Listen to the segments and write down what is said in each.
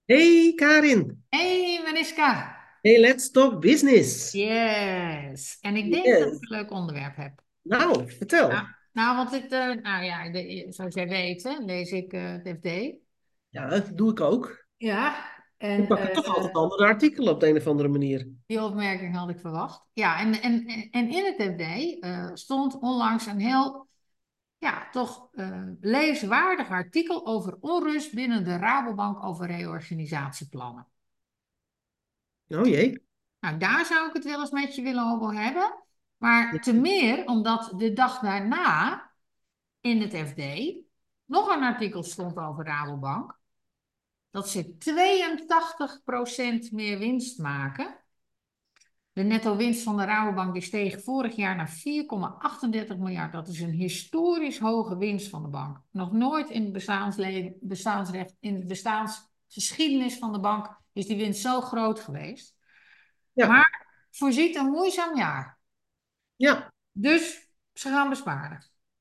Hey Karin, Hey Mariska. hey, let's talk business. Yes. En ik denk dat ik Yes. een leuk onderwerp heb. Nou, vertel. Nou, want nou ja, zoals jij weet, hè, lees ik het FD. Ja, dat doe ik ook. Ja. Ik En pak er toch altijd andere artikelen op de een of andere manier. die opmerking had ik verwacht. Ja, en in het FD stond onlangs een heel, ja, toch leeswaardig artikel over onrust binnen de Rabobank over reorganisatieplannen. Oh jee. Nou, daar zou ik het wel eens met je willen over hebben. Maar te meer omdat de dag daarna in het FD nog een artikel stond over Rabobank. Dat ze 82% meer winst maken. De netto winst van de Rabobank die steeg vorig jaar naar 4,38 miljard. Dat is een historisch hoge winst van de bank. Nog nooit in het bestaansrecht, in de bestaansgeschiedenis van de bank is die winst zo groot geweest. Ja, Maar voorziet een moeizaam jaar. ja. Dus ze gaan besparen.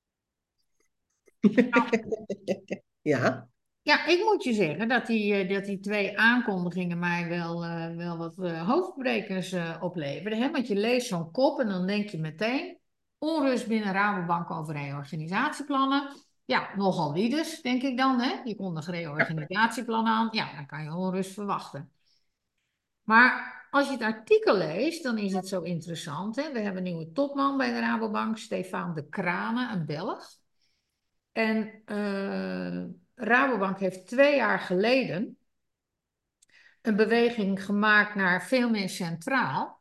Nou, Ja, ja, ik moet je zeggen dat die twee aankondigingen mij wel wat hoofdbrekers opleveren. Hè? Want je leest zo'n kop en dan denk je meteen... onrust binnen Rabobank over reorganisatieplannen. Ja, nogal wie dus, denk ik dan. Hè? Je kondigt reorganisatieplan aan. Ja, dan kan je onrust verwachten. Maar als je het artikel leest, dan is het zo interessant. Hè? We hebben een nieuwe topman bij de Rabobank, Stefan de Kranen, een Belg. En Rabobank heeft 2 jaar geleden een beweging gemaakt naar veel meer centraal,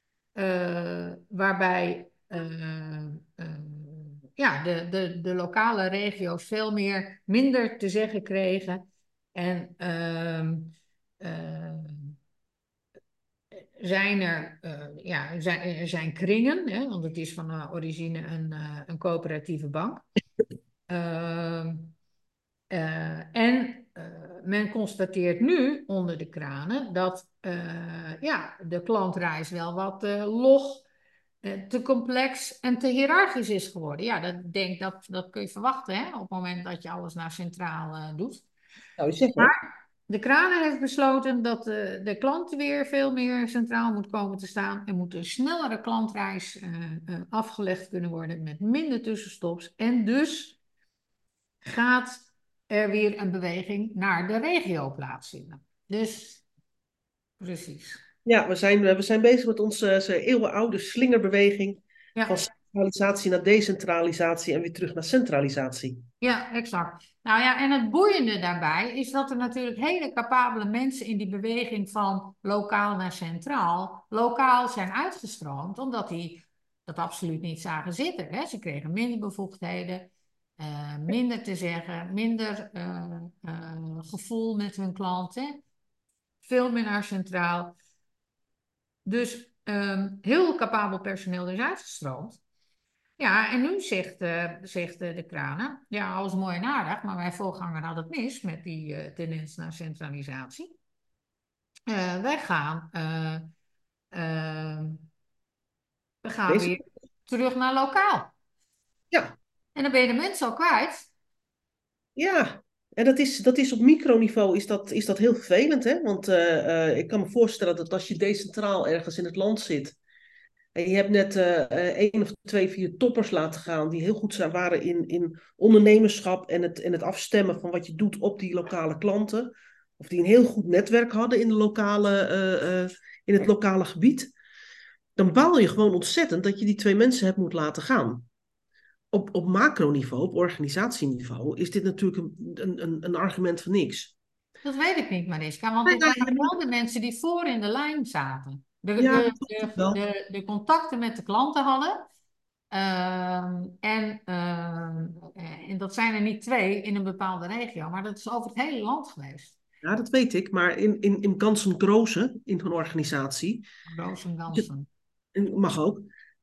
waarbij ja, de lokale regio's veel minder te zeggen kregen. En er zijn kringen, hè, want het is van origine een coöperatieve bank. Ehm men constateert nu onder de kranen dat ja, de klantreis wel wat log, te complex en te hiërarchisch is geworden. Ja, dat kun je verwachten hè, op het moment dat je alles naar centraal doet. zou je zeggen. Maar de kranen heeft besloten dat de klant weer veel meer centraal moet komen te staan. Er moet een snellere klantreis afgelegd kunnen worden met minder tussenstops. En dus gaat er weer een beweging naar de regio plaatsvinden. Dus precies. Ja, we zijn bezig met onze eeuwenoude slingerbeweging van Ja, centralisatie naar decentralisatie en weer terug naar centralisatie. ja, exact. Nou ja, en het boeiende daarbij is dat er natuurlijk hele capabele mensen in die beweging van lokaal naar centraal, lokaal zijn uitgestroomd, omdat die dat absoluut niet zagen zitten. Hè? Ze kregen minder bevoegdheden, minder te zeggen, minder gevoel met hun klanten, veel meer naar centraal. Dus heel capabel personeel is uitgestroomd. Ja, en nu zegt de kranen, ja, alles mooi en aardig, maar mijn voorganger had het mis met die tendens naar centralisatie. Wij gaan, uh, we gaan Deze? weer terug naar lokaal. Ja, En dan ben je de mensen al kwijt. ja. En dat is op microniveau is dat heel vervelend, hè? Want ik kan me voorstellen dat als je decentraal ergens in het land zit. En je hebt net 1 of 2, 4 toppers laten gaan die heel goed waren in ondernemerschap en het afstemmen van wat je doet op die lokale klanten. Of die een heel goed netwerk hadden in het lokale gebied. Dan baal je gewoon ontzettend dat je die 2 mensen hebt moeten laten gaan. Op macroniveau, op organisatieniveau, is dit natuurlijk een argument van niks. Dat weet ik niet, Mariska, want Ja, dit waren je wel moet, de mensen die voor in de lijn zaten. ja, dat snap ik wel. De contacten met de klanten hadden. En dat zijn er niet twee in een bepaalde regio, maar dat is over het hele land geweest. Ja, dat weet ik. Maar in ganzen grozen, in een organisatie, Roos en is het- ganzen. mag ook,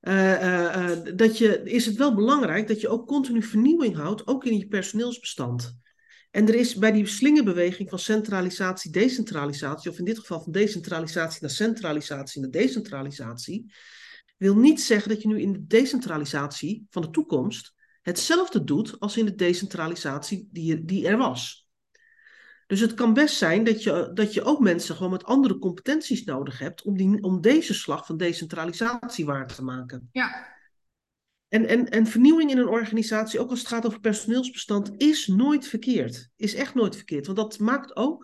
is het wel belangrijk dat je ook continu vernieuwing houdt, ook in je personeelsbestand. En er is bij die slingerbeweging van centralisatie, decentralisatie, of in dit geval van decentralisatie naar decentralisatie, wil niet zeggen dat je nu in de decentralisatie van de toekomst hetzelfde doet als in de decentralisatie die er was. Dus het kan best zijn dat je ook mensen gewoon met andere competenties nodig hebt om deze slag van decentralisatie waar te maken. Ja, En vernieuwing in een organisatie, ook als het gaat over personeelsbestand, is nooit verkeerd. Is echt nooit verkeerd. Want dat maakt ook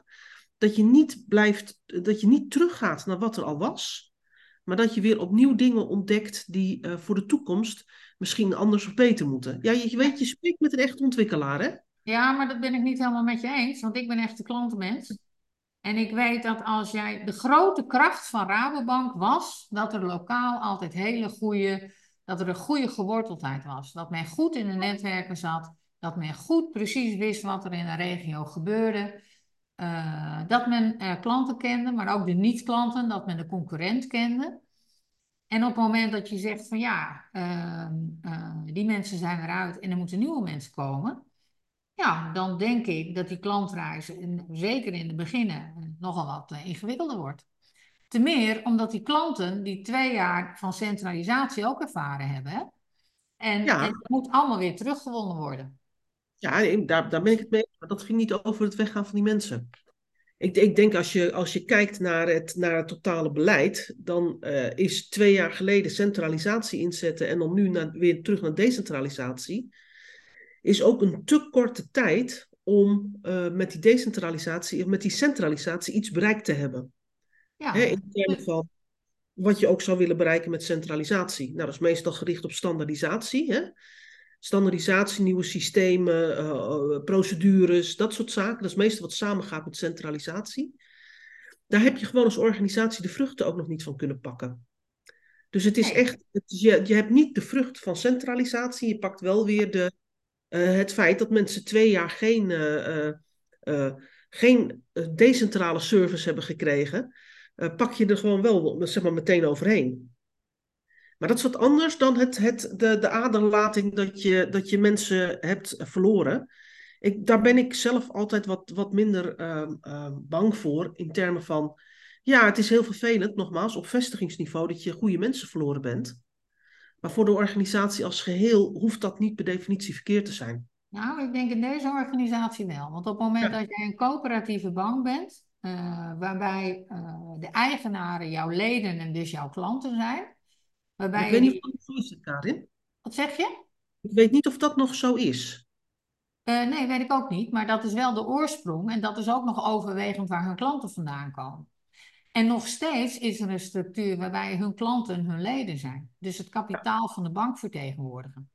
dat je niet teruggaat naar wat er al was, maar dat je weer opnieuw dingen ontdekt die voor de toekomst misschien anders of beter moeten. Ja, je weet, je spreekt met een echte ontwikkelaar, hè? ja, maar dat ben ik niet helemaal met je eens, want ik ben echt de klantenmens. En ik weet dat als jij de grote kracht van Rabobank was dat er lokaal altijd dat er een goede geworteldheid was. Dat men goed in de netwerken zat, dat men goed precies wist wat er in de regio gebeurde. Dat men klanten kende, maar ook de niet-klanten, dat men de concurrent kende. En op het moment dat je zegt van ja, die mensen zijn eruit en er moeten nieuwe mensen komen. Ja, dan denk ik dat die klantreis, zeker in het begin, nogal wat ingewikkelder wordt. Te meer omdat die klanten die 2 jaar van centralisatie ook ervaren hebben. Hè? En Ja, het moet allemaal weer teruggewonnen worden. ja, daar ben ik het mee eens. Maar dat ging niet over het weggaan van die mensen. Ik denk als je kijkt naar het totale beleid, dan is 2 jaar geleden centralisatie inzetten en dan nu weer terug naar decentralisatie, is ook een te korte tijd om met die decentralisatie of met die centralisatie iets bereikt te hebben. Hè, Ja, in termen van wat je ook zou willen bereiken met centralisatie. Nou, dat is meestal gericht op standaardisatie. Hè? Standaardisatie, nieuwe systemen, procedures, dat soort zaken. Dat is meestal wat samengaat met centralisatie. Daar heb je gewoon als organisatie de vruchten ook nog niet van kunnen pakken. Dus het is nee. echt, je hebt niet de vrucht van centralisatie. Je pakt wel weer het feit dat mensen 2 jaar geen decentrale service hebben gekregen. Pak je er gewoon wel zeg maar, meteen overheen. Maar dat is wat anders dan de aderlating dat je mensen hebt verloren. Daar ben ik zelf altijd wat minder bang voor in termen van, ja, het is heel vervelend, nogmaals, op vestigingsniveau dat je goede mensen verloren bent. Maar voor de organisatie als geheel hoeft dat niet per definitie verkeerd te zijn. Nou, ik denk in deze organisatie wel. Want op het moment Ja, dat jij een coöperatieve bank bent, waarbij de eigenaren jouw leden en dus jouw klanten zijn, ik waarbij je weet niet of die... dat nog zo is, Karin. Wat zeg je? Ik weet niet of dat nog zo is. Nee, weet ik ook niet. Maar dat is wel de oorsprong. En dat is ook nog overwegend waar hun klanten vandaan komen. En nog steeds is er een structuur waarbij hun klanten hun leden zijn. Dus het kapitaal van de bank vertegenwoordigen.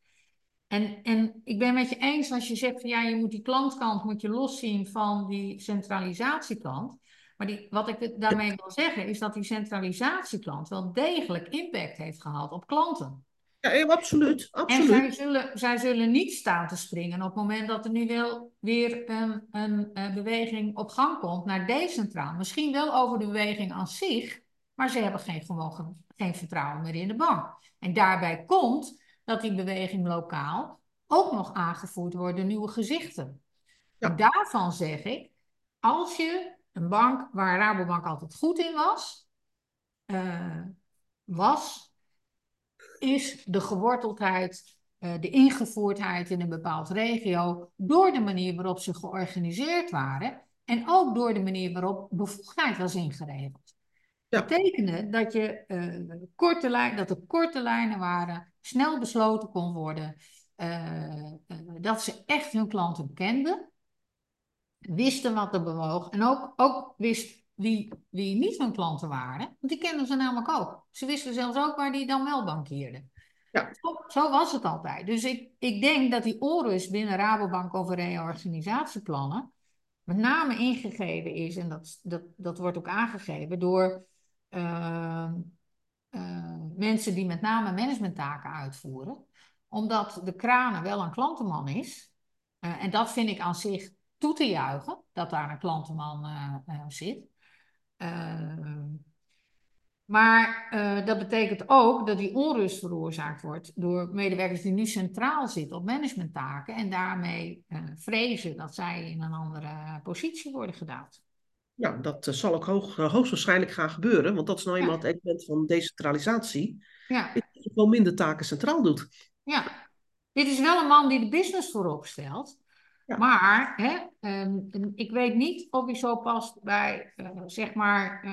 En ik ben met je eens als je zegt van ja, je moet die klantkant moet je loszien van die centralisatiekant. Maar wat ik daarmee wil zeggen is dat die centralisatiekant wel degelijk impact heeft gehad op klanten. Ja, absoluut, En absoluut. zij zullen niet staan te springen op het moment dat er nu wel weer een beweging op gang komt naar decentraal. Misschien wel over de beweging aan zich, maar ze hebben geen vertrouwen meer in de bank. En daarbij komt dat die beweging lokaal ook nog aangevoerd wordt door nieuwe gezichten. En Ja, daarvan zeg ik, als je een bank waar Rabobank altijd goed in eh, was is de geworteldheid, de ingevoerdheid in een bepaald regio door de manier waarop ze georganiseerd waren en ook door de manier waarop bevoegdheid was ingeregeld. ja, Betekende dat dat er korte lijnen waren, snel besloten kon worden, dat ze echt hun klanten kenden, wisten wat er bewoog en ook wist wie niet hun klanten waren. Want die kenden ze namelijk ook. Ze wisten zelfs ook waar die dan wel bankierden. ja. Zo was het altijd. Dus ik denk dat die onrust binnen Rabobank over reorganisatieplannen met name ingegeven is, en dat wordt ook aangegeven door uh, mensen die met name managementtaken uitvoeren, omdat de kranen wel een klantenman is. En dat vind ik aan zich toe te juichen, dat daar een klantenman zit. Uh, maar dat betekent ook dat die onrust veroorzaakt wordt door medewerkers die nu centraal zitten op managementtaken en daarmee vrezen dat zij in een andere positie worden gedaan. Ja, dat zal ook hoogstwaarschijnlijk gaan gebeuren, want dat is nou eenmaal Ja, het element van decentralisatie. Is ja, dat je gewoon minder taken centraal doet. ja. Dit is wel een man die de business voorop stelt. Ja. Maar hè, ik weet niet of hij zo past bij, zeg maar,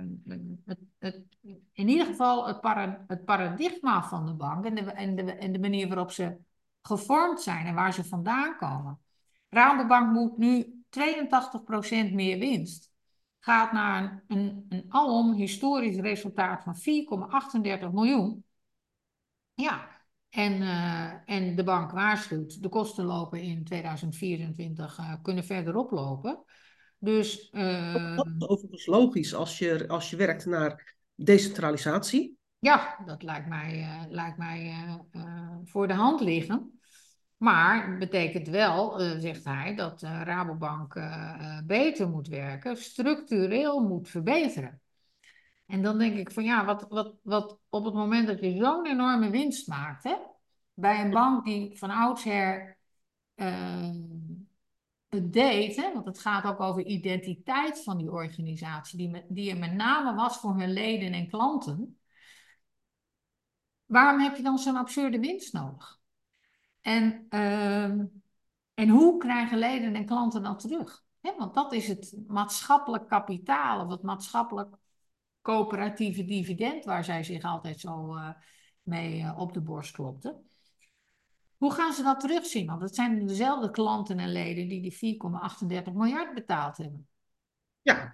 in ieder geval het paradigma van de bank en de manier waarop ze gevormd zijn en waar ze vandaan komen. Rabobank moet nu 82% meer winst. Gaat naar een alom historisch resultaat van 4,38 miljoen. Ja, en de bank waarschuwt, de kosten lopen in 2024, kunnen verder oplopen. Dus Dat is overigens logisch als je werkt naar decentralisatie. ja, dat lijkt mij voor de hand liggen. Maar het betekent wel, zegt hij, dat Rabobank beter moet werken, structureel moet verbeteren. En dan denk ik van ja, wat op het moment dat je zo'n enorme winst maakt, hè, bij een bank die van oudsher eh, het deed, hè, want het gaat ook over identiteit van die organisatie, die er met name was voor hun leden en klanten. Waarom heb je dan zo'n absurde winst nodig? En, en hoe krijgen leden en klanten dat terug? Hè, want dat is het maatschappelijk kapitaal of het maatschappelijk coöperatieve dividend waar zij zich altijd zo mee op de borst klopten. Hoe gaan ze dat terugzien? Want het zijn dezelfde klanten en leden die 4,38 miljard betaald hebben. Ja,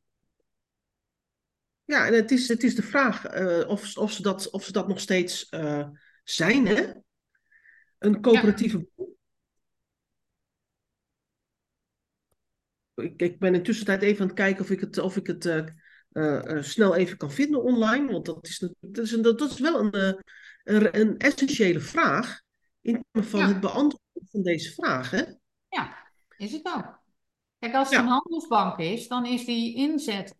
ja, en het is de vraag of ze dat nog steeds zijn, hè? Een Ja, coöperatieve. Ik ben intussen tijd even aan het kijken of ik het snel even kan vinden online. Want dat is wel een essentiële vraag in termen van het ja, beantwoorden van deze vraag. Hè? ja, is het ook. Kijk, als het een Ja, handelsbank is, dan is die inzet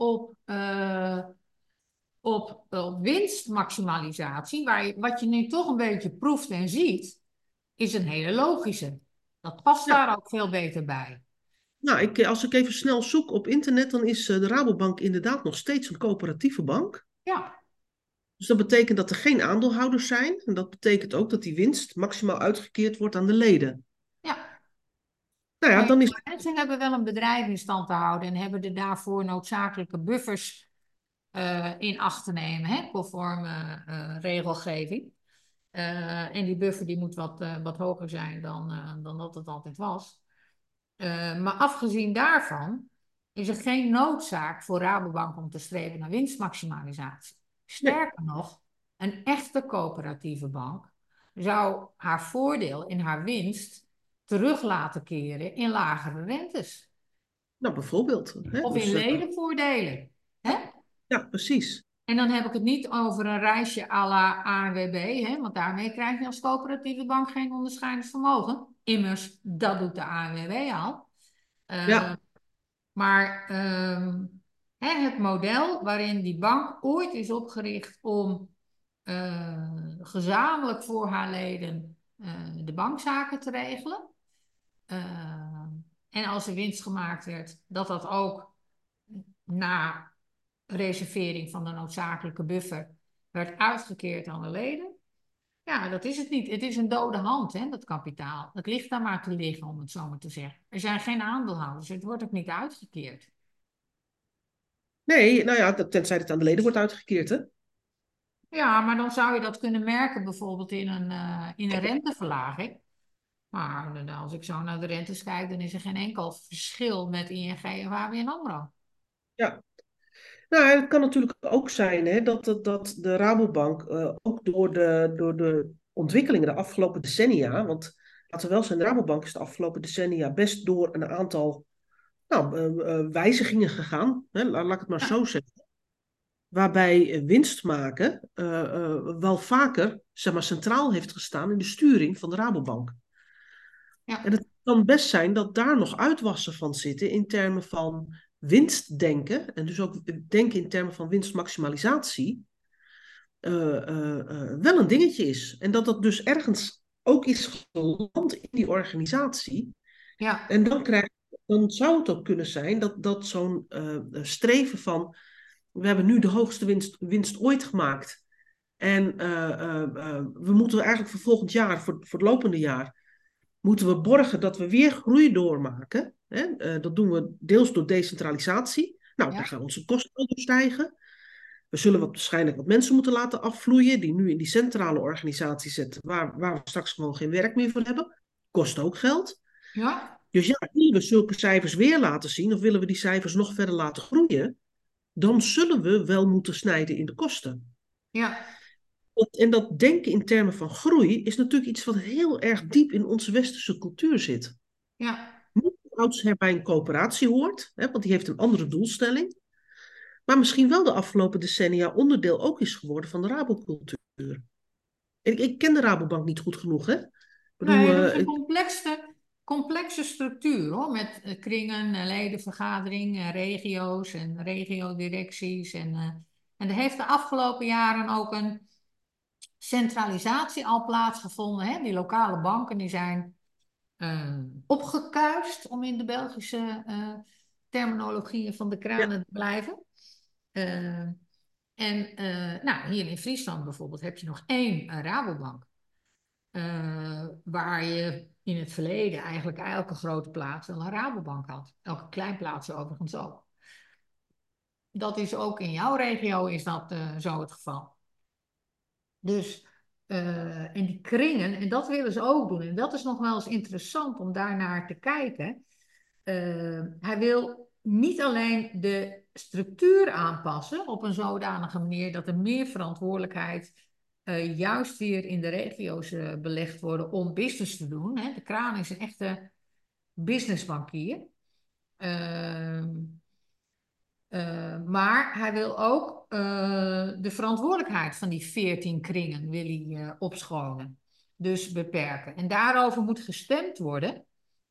op winstmaximalisatie, wat je nu toch een beetje proeft en ziet, is een hele logische. Dat past ja. daar ook veel beter bij. Nou, als ik even snel zoek op internet, dan is de Rabobank inderdaad nog steeds een coöperatieve bank. Ja, Dus dat betekent dat er geen aandeelhouders zijn. En dat betekent ook dat die winst maximaal uitgekeerd wordt aan de leden. ja. Nou ja, Maar ja, dan is. mensen hebben wel een bedrijf in stand te houden en hebben er daarvoor noodzakelijke buffers in acht te nemen, hè, conform regelgeving. En die buffer die moet wat hoger zijn dan dat het altijd was. Maar afgezien daarvan is er geen noodzaak voor Rabobank om te streven naar winstmaximalisatie. Nee, Sterker nog, een echte coöperatieve bank zou haar voordeel in haar winst terug laten keren in lagere rentes nou bijvoorbeeld. Hè? of in Dus, ledenvoordelen. Hè? ja, precies. En dan heb ik het niet over een reisje à la ANWB, hè, want daarmee krijg je als coöperatieve bank geen onderscheidend vermogen. Immers, dat doet de ANWB al. Uh, Ja, maar hè, het model waarin die bank ooit is opgericht om gezamenlijk voor haar leden de bankzaken te regelen. En als er winst gemaakt werd, dat dat ook na reservering van de noodzakelijke buffer werd uitgekeerd aan de leden. Ja, dat is het niet. Het is een dode hand, hè, dat kapitaal. Het ligt daar maar te liggen, om het zo maar te zeggen. Er zijn geen aandeelhouders. Het wordt ook niet uitgekeerd. nee, nou ja, tenzij het aan de leden wordt uitgekeerd, hè? Ja, maar dan zou je dat kunnen merken bijvoorbeeld in een renteverlaging. Maar als ik zo naar de rentes kijk, dan is er geen enkel verschil met ING of ABN AMRO. Ja. Nou, het kan natuurlijk ook zijn hè, dat de Rabobank ook door de ontwikkelingen de afgelopen decennia, want laten we wel zijn, de Rabobank is de afgelopen decennia best door een aantal nou, wijzigingen gegaan, hè, laat ik het maar Ja, zo zeggen, waarbij winst maken wel vaker zeg maar, centraal heeft gestaan in de sturing van de Rabobank. En ja, het kan best zijn dat daar nog uitwassen van zitten in termen van winstdenken. En dus ook denken in termen van winstmaximalisatie. Wel een dingetje is. En dat dat dus ergens ook is geland in die organisatie. ja, En dan zou het ook kunnen zijn dat zo'n streven van. We hebben nu de hoogste winst ooit gemaakt. En we moeten eigenlijk voor volgend jaar, voor het lopende jaar moeten we borgen dat we weer groei doormaken. Hè? Dat doen we deels door decentralisatie. Nou, daar Ja, gaan onze kosten ook door stijgen. We zullen waarschijnlijk wat mensen moeten laten afvloeien, die nu in die centrale organisatie zitten, waar we straks gewoon geen werk meer voor hebben. Kost ook geld. ja, Dus ja, willen we zulke cijfers weer laten zien, of willen we die cijfers nog verder laten groeien, dan zullen we wel moeten snijden in de kosten. ja, En dat denken in termen van groei is natuurlijk iets wat heel erg diep in onze westerse cultuur zit. ja, Niet oudsher bij een coöperatie hoort, hè, want die heeft een andere doelstelling. Maar misschien wel de afgelopen decennia onderdeel ook is geworden van de Rabocultuur. Ik ken de Rabobank niet goed genoeg, hè? Ik bedoel, nee, dat is een complexe structuur hoor, met kringen, ledenvergaderingen, regio's en regiodirecties. En er heeft de afgelopen jaren ook een centralisatie al plaatsgevonden. Hè? Die lokale banken die zijn opgekuist, om in de Belgische terminologieën van de ja, kranen te blijven. Uh, nou, hier in Friesland bijvoorbeeld heb je nog één Rabobank. Waar je in het verleden eigenlijk elke grote plaats wel een Rabobank had. Elke klein plaatsje overigens ook. Dat is ook in jouw regio is dat zo het geval. Dus, en die kringen, en dat willen ze ook doen. En dat is nog wel eens interessant om daarnaar te kijken. Hij wil niet alleen de structuur aanpassen op een zodanige manier dat er meer verantwoordelijkheid juist weer in de regio's belegd worden om business te doen. Hè. De kraan is een echte businessbankier. Uh, maar hij wil ook de verantwoordelijkheid van die 14 kringen wil hij, opschonen. Dus beperken. En daarover moet gestemd worden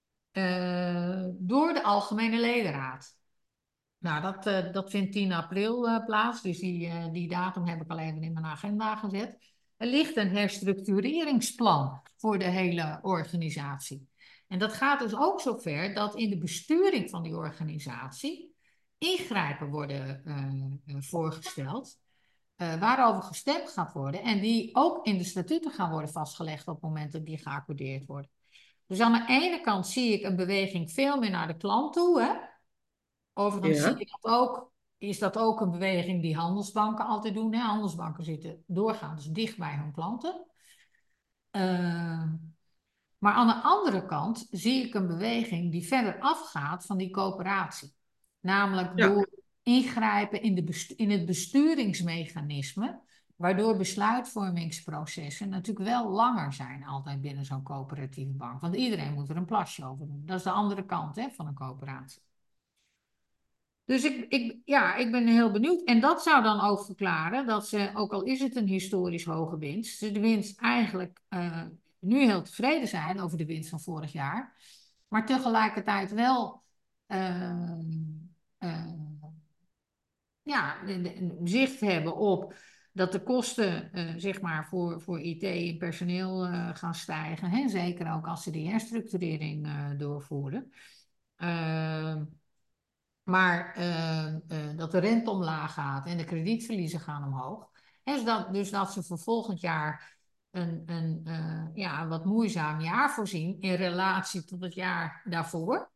door de Algemene Ledenraad. Nou, dat vindt 10 april plaats, dus die datum heb ik al even in mijn agenda gezet. Er ligt een herstructureringsplan voor de hele organisatie. En dat gaat dus ook zover dat in de besturing van die organisatie ingrijpen worden voorgesteld, waarover gestemd gaat worden en die ook in de statuten gaan worden vastgelegd op het moment dat die geaccordeerd worden. Dus aan de ene kant zie ik een beweging veel meer naar de klant toe. Hè? Overigens zie ja, ik dat ook, is dat ook een beweging die handelsbanken altijd doen. Hè? Handelsbanken zitten doorgaans dicht bij hun klanten. Uh, maar aan de andere kant zie ik een beweging die verder afgaat van die coöperatie. Namelijk ja. door ingrijpen in het besturingsmechanisme, waardoor besluitvormingsprocessen natuurlijk wel langer zijn altijd binnen zo'n coöperatieve bank. Want iedereen moet er een plasje over doen. Dat is de andere kant hè, van een coöperatie. Dus ik ben heel benieuwd. En dat zou dan ook verklaren dat ze, ook al is het een historisch hoge winst, ze de winst eigenlijk nu heel tevreden zijn over de winst van vorig jaar, maar tegelijkertijd wel uh, uh, ja, zicht hebben op dat de kosten zeg maar voor IT en personeel gaan stijgen. Hè? Zeker ook als ze die herstructurering doorvoeren. Maar dat de rente omlaag gaat en de kredietverliezen gaan omhoog. En dus dat ze voor volgend jaar een wat moeizaam jaar voorzien in relatie tot het jaar daarvoor.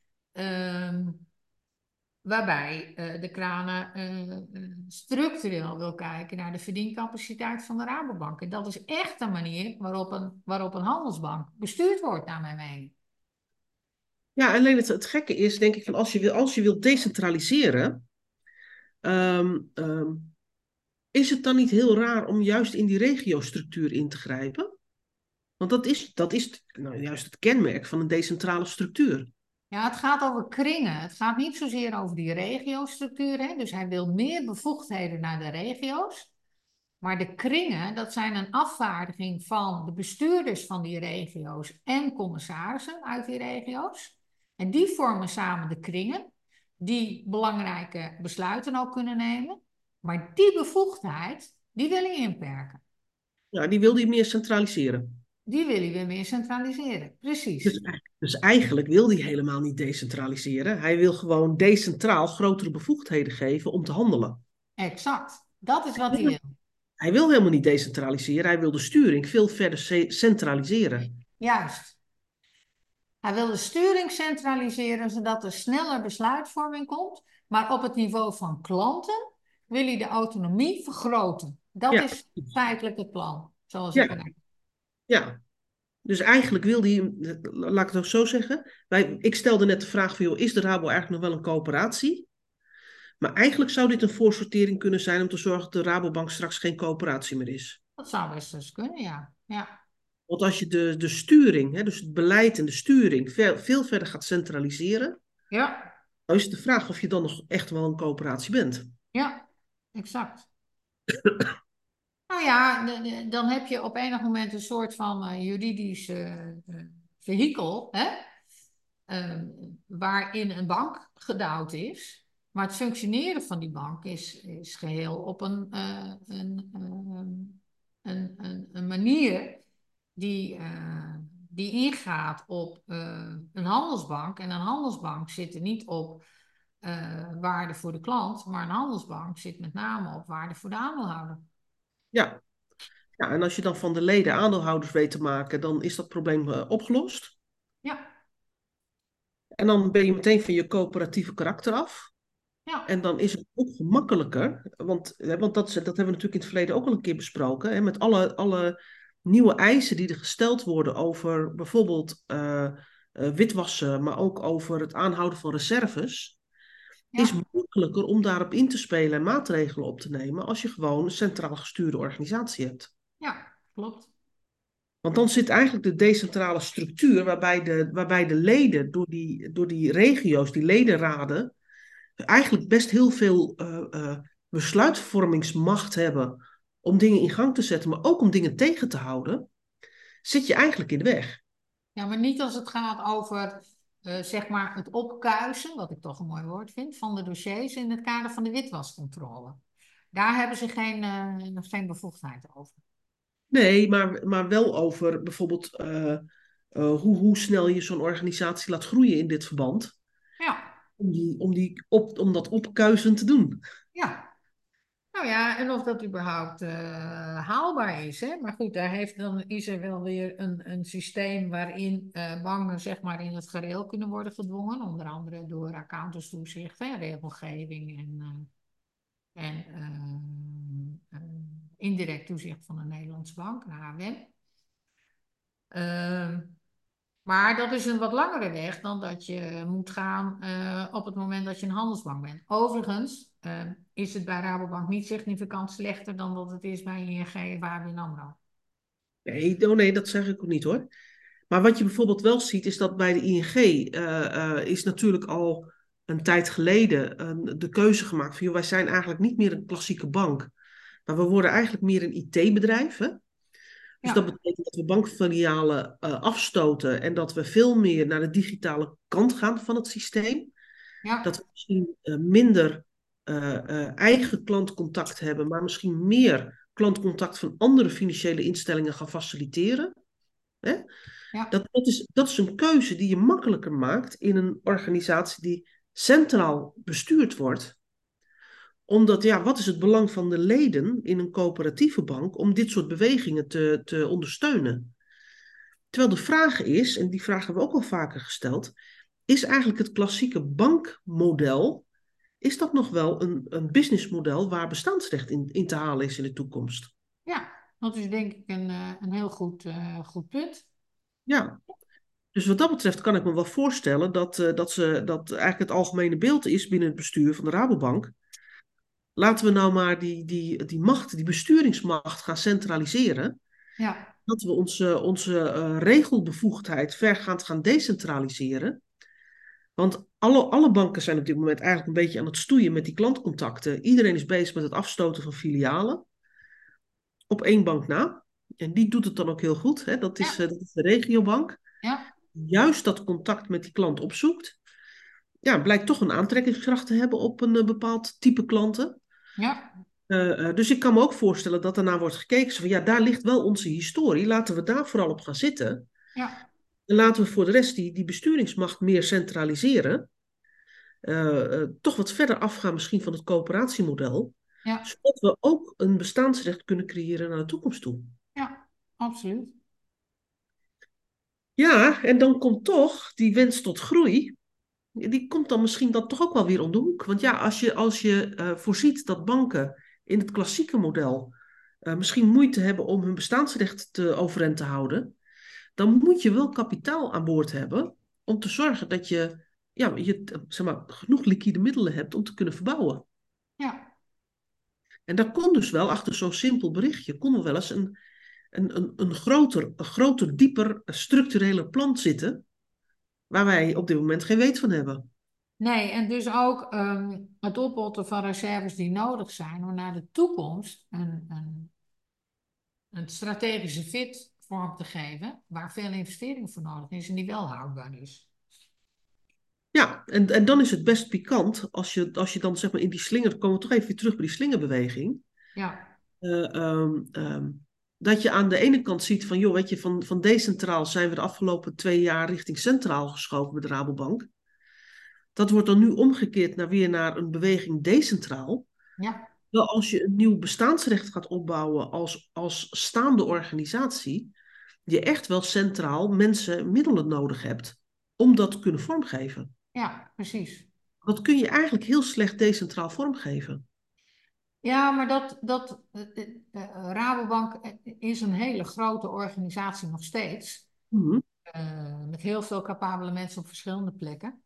Waarbij de kranen structureel wil kijken naar de verdiencapaciteit van de Rabobank. En dat is echt een manier waarop een handelsbank bestuurd wordt, naar mijn mening. Ja, alleen het gekke is, denk ik, van als je wilt decentraliseren, ehm, ehm, is het dan niet heel raar om juist in die regiostructuur in te grijpen? Want dat is nou, juist het kenmerk van een decentrale structuur. Ja, het gaat over kringen. Het gaat niet zozeer over die regiostructuur. Hè? Dus hij wil meer bevoegdheden naar de regio's. Maar de kringen, dat zijn een afvaardiging van de bestuurders van die regio's en commissarissen uit die regio's. En die vormen samen de kringen, die belangrijke besluiten ook kunnen nemen. Maar die bevoegdheid, die wil hij inperken. Ja, die wil hij meer centraliseren. Die wil hij weer meer centraliseren. Dus, Precies. dus eigenlijk wil hij helemaal niet decentraliseren. Hij wil gewoon decentraal grotere bevoegdheden geven om te handelen. Exact. Dat is wat hij wil. Hij wil helemaal niet decentraliseren. Hij wil de sturing veel verder centraliseren. Juist. Hij wil de sturing centraliseren, zodat er sneller besluitvorming komt. Maar op het niveau van klanten wil hij de autonomie vergroten. Dat Ja, is feitelijk het plan, zoals het ja, werkt. ja. Dus eigenlijk wil die, laat ik het ook zo zeggen. Ik stelde net de vraag van, joh, is de Rabo eigenlijk nog wel een coöperatie? Maar eigenlijk zou dit een voorsortering kunnen zijn om te zorgen dat de Rabobank straks geen coöperatie meer is. Dat zou best eens kunnen, ja. Ja, Want als je de sturing, hè, dus het beleid en de sturing, veel verder gaat centraliseren, ja, dan is het de vraag of je dan nog echt wel een coöperatie bent. ja, exact. Nou ja, dan heb je op enig moment een soort van juridisch vehikel, hè? eh, waarin een bank gedouwd is. Maar het functioneren van die bank is geheel op een manier die ingaat op een handelsbank. En een handelsbank zit er niet op waarde voor de klant, maar een handelsbank zit met name op waarde voor de aandeelhouder. Ja. Ja, en als je dan van de leden aandeelhouders weet te maken, dan is dat probleem opgelost. Ja, En dan ben je meteen van je coöperatieve karakter af. ja, En dan is het ook gemakkelijker, want dat hebben we natuurlijk in het verleden ook al een keer besproken, hè, met alle nieuwe eisen die er gesteld worden over bijvoorbeeld witwassen, maar ook over het aanhouden van reserves, is ja, makkelijker om daarop in te spelen en maatregelen op te nemen als je gewoon een centraal gestuurde organisatie hebt. ja, klopt. Want dan zit eigenlijk de decentrale structuur waarbij de leden door die regio's, die ledenraden, eigenlijk best heel veel besluitvormingsmacht hebben om dingen in gang te zetten, maar ook om dingen tegen te houden, zit je eigenlijk in de weg. Ja, maar niet als het gaat over, zeg maar, het opkuisen, wat ik toch een mooi woord vind, van de dossiers in het kader van de witwascontrole. Daar hebben ze geen bevoegdheid over. Nee, maar wel over bijvoorbeeld hoe snel je zo'n organisatie laat groeien in dit verband, Ja, om dat opkuisen te doen. ja. Nou ja, en of dat überhaupt haalbaar is. Hè? Maar goed, dan is er wel weer een systeem waarin banken zeg maar in het gareel kunnen worden gedwongen. Onder andere door accountantstoezicht, hè, regelgeving en indirect toezicht van de Nederlandse bank, de AWM. Ehm, maar dat is een wat langere weg dan dat je moet gaan op het moment dat je een handelsbank bent. Overigens is het bij Rabobank niet significant slechter dan dat het is bij ING of ABN AMRO. Nee, oh nee, dat zeg ik ook niet hoor. Maar wat je bijvoorbeeld wel ziet, is dat bij de ING is natuurlijk al een tijd geleden de keuze gemaakt van, joh, wij zijn eigenlijk niet meer een klassieke bank, maar we worden eigenlijk meer een IT-bedrijf. Hè? Dus dat Ja, betekent dat we bankfilialen afstoten en dat we veel meer naar de digitale kant gaan van het systeem. Dat ja, we misschien minder eigen klantcontact hebben, maar misschien meer klantcontact van andere financiële instellingen gaan faciliteren. Hè? ja, Dat is een keuze die je makkelijker maakt in een organisatie die centraal bestuurd wordt. Omdat, ja, wat is het belang van de leden in een coöperatieve bank om dit soort bewegingen te ondersteunen? Terwijl de vraag is, en die vraag hebben we ook al vaker gesteld, is eigenlijk het klassieke bankmodel, is dat nog wel een businessmodel waar bestaansrecht in te halen is in de toekomst? ja. Dat is denk ik een heel goed punt. Ja, dus wat dat betreft kan ik me wel voorstellen dat eigenlijk het algemene beeld is binnen het bestuur van de Rabobank. Laten we nou maar die macht, die besturingsmacht gaan centraliseren. Ja, Dat we onze regelbevoegdheid vergaand gaan decentraliseren. Want alle banken zijn op dit moment eigenlijk een beetje aan het stoeien met die klantcontacten. Iedereen is bezig met het afstoten van filialen op één bank na. En die doet het dan ook heel goed. Hè? ja, Dat is de regiobank. ja, Juist dat contact met die klant opzoekt. Ja, blijkt toch een aantrekkingskracht te hebben op een bepaald type klanten. ja, Dus ik kan me ook voorstellen dat daarna wordt gekeken. Zo van, ja, daar ligt wel onze historie. Laten we daar vooral op gaan zitten. ja, En laten we voor de rest die besturingsmacht meer centraliseren. Toch wat verder afgaan misschien van het coöperatiemodel. ja, Zodat we ook een bestaansrecht kunnen creëren naar de toekomst toe. ja, absoluut. Ja, en dan komt toch die wens tot groei, die komt dan misschien dan toch ook wel weer om de hoek. Want ja, als je voorziet dat banken in het klassieke model misschien moeite hebben om hun bestaansrecht overeind te houden, dan moet je wel kapitaal aan boord hebben om te zorgen dat je zeg maar, genoeg liquide middelen hebt om te kunnen verbouwen. Ja. En daar kon dus wel, achter zo'n simpel berichtje, kon er wel eens een groter, dieper, structureler plan zitten, waar wij op dit moment geen weet van hebben. Nee, en dus ook het oppotten van reserves die nodig zijn om naar de toekomst een strategische fit vorm te geven, waar veel investering voor nodig is en die wel houdbaar is. Ja, en dan is het best pikant als je dan zeg maar in die slinger, komen we toch even weer terug bij die slingerbeweging. Ja, eh, ehm, ehm, dat je aan de ene kant ziet van, joh, weet je, van decentraal zijn we de afgelopen 2 jaar richting centraal geschoven met de Rabobank. Dat wordt dan nu omgekeerd weer naar een beweging decentraal. ja, Wel, als je een nieuw bestaansrecht gaat opbouwen als staande organisatie, je echt wel centraal mensen middelen nodig hebt om dat te kunnen vormgeven. ja, precies. Dat kun je eigenlijk heel slecht decentraal vormgeven. Ja, maar Rabobank is een hele grote organisatie nog steeds. Mhm. Met heel veel capabele mensen op verschillende plekken.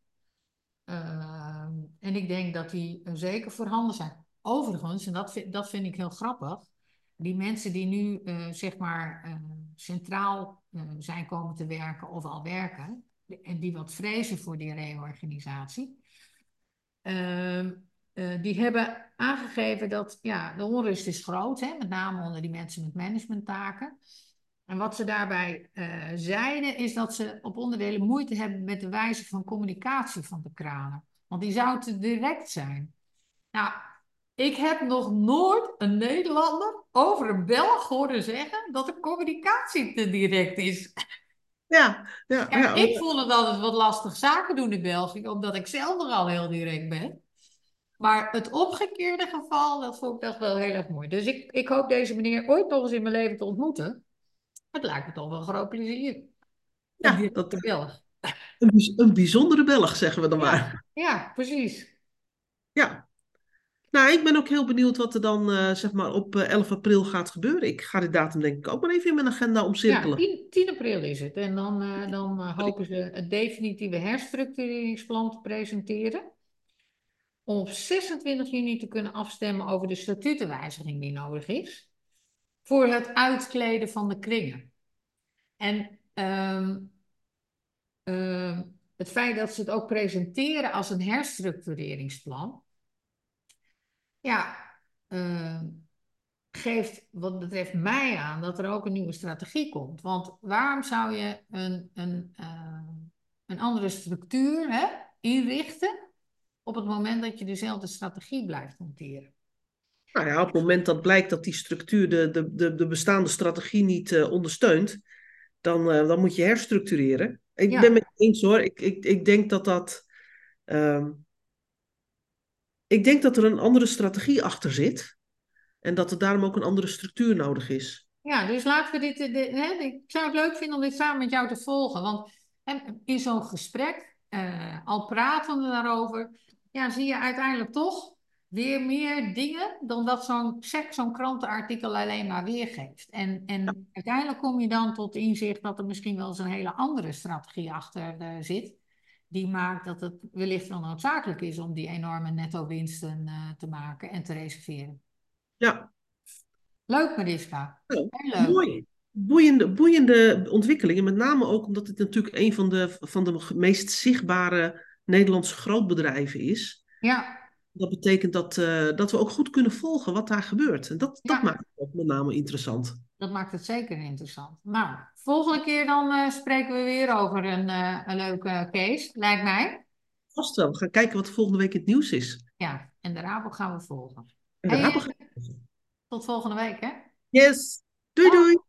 En ik denk dat die zeker voorhanden zijn. Overigens, en dat vind ik heel grappig, die mensen die nu zeg maar centraal zijn komen te werken of al werken, en die wat vrezen voor die reorganisatie, ehm, die hebben aangegeven dat ja, de onrust is groot, hè, met name onder die mensen met managementtaken. En wat ze daarbij zeiden, is dat ze op onderdelen moeite hebben met de wijze van communicatie van de kranen. Want die zou te direct zijn. Nou, ik heb nog nooit een Nederlander over een Belg horen zeggen dat de communicatie te direct is. Ja, ja, Kijk, ja. ik vond het altijd wat lastig zaken doen in België, omdat ik zelf nogal heel direct ben. Maar het omgekeerde geval, dat vond ik echt wel heel erg mooi. Dus ik hoop deze meneer ooit nog eens in mijn leven te ontmoeten. Het lijkt me toch wel een groot plezier. Een Ja, directe Belg. een bijzondere Belg, zeggen we dan Ja, maar. ja, precies. Ja, nou, ik ben ook heel benieuwd wat er dan zeg maar op 11 april gaat gebeuren. Ik ga die datum denk ik ook maar even in mijn agenda Ja, omcirkelen. 10 april is het. En dan hopen ze het definitieve herstructureringsplan te presenteren. Om op 26 juni te kunnen afstemmen over de statutenwijziging die nodig is. Voor het uitkleden van de kringen. En het feit dat ze het ook presenteren als een herstructureringsplan. Ja, ehm, geeft wat betreft mij aan dat er ook een nieuwe strategie komt. Want waarom zou je een andere structuur hè, inrichten op het moment dat je dezelfde strategie blijft hanteren? Nou ja, op het moment dat blijkt dat die structuur de bestaande strategie niet ondersteunt, dan moet je herstructureren. Ik ben Ja, met je eens hoor. Ik denk ehm, ik denk dat er een andere strategie achter zit en dat er daarom ook een andere structuur nodig is. ja, dus laten we hè, ik zou het leuk vinden om dit samen met jou te volgen. Want hè, in zo'n gesprek, al praten we daarover, ja, zie je uiteindelijk toch weer meer dingen dan dat zo'n krantenartikel alleen maar weergeeft. En uiteindelijk kom je dan tot inzicht dat er misschien wel eens een hele andere strategie achter zit. Die maakt dat het wellicht wel noodzakelijk is om die enorme netto-winsten te maken en te reserveren. Ja, Leuk, Mariska. nou, Heel leuk. mooi. Boeiende ontwikkelingen, met name ook omdat het natuurlijk een van de meest zichtbare Nederlandse grootbedrijven is. Ja, Dat betekent dat we ook goed kunnen volgen wat daar gebeurt. En dat ja, maakt het ook met name interessant. dat maakt het zeker interessant. Nou, volgende keer dan spreken we weer over een leuke case, lijkt mij. Vast wel. We gaan kijken wat volgende week in het nieuws is. Ja, en de Rabo gaan we volgen. En de Hey, Rabobank. tot volgende week, hè? Yes. Doei Hoi. doei.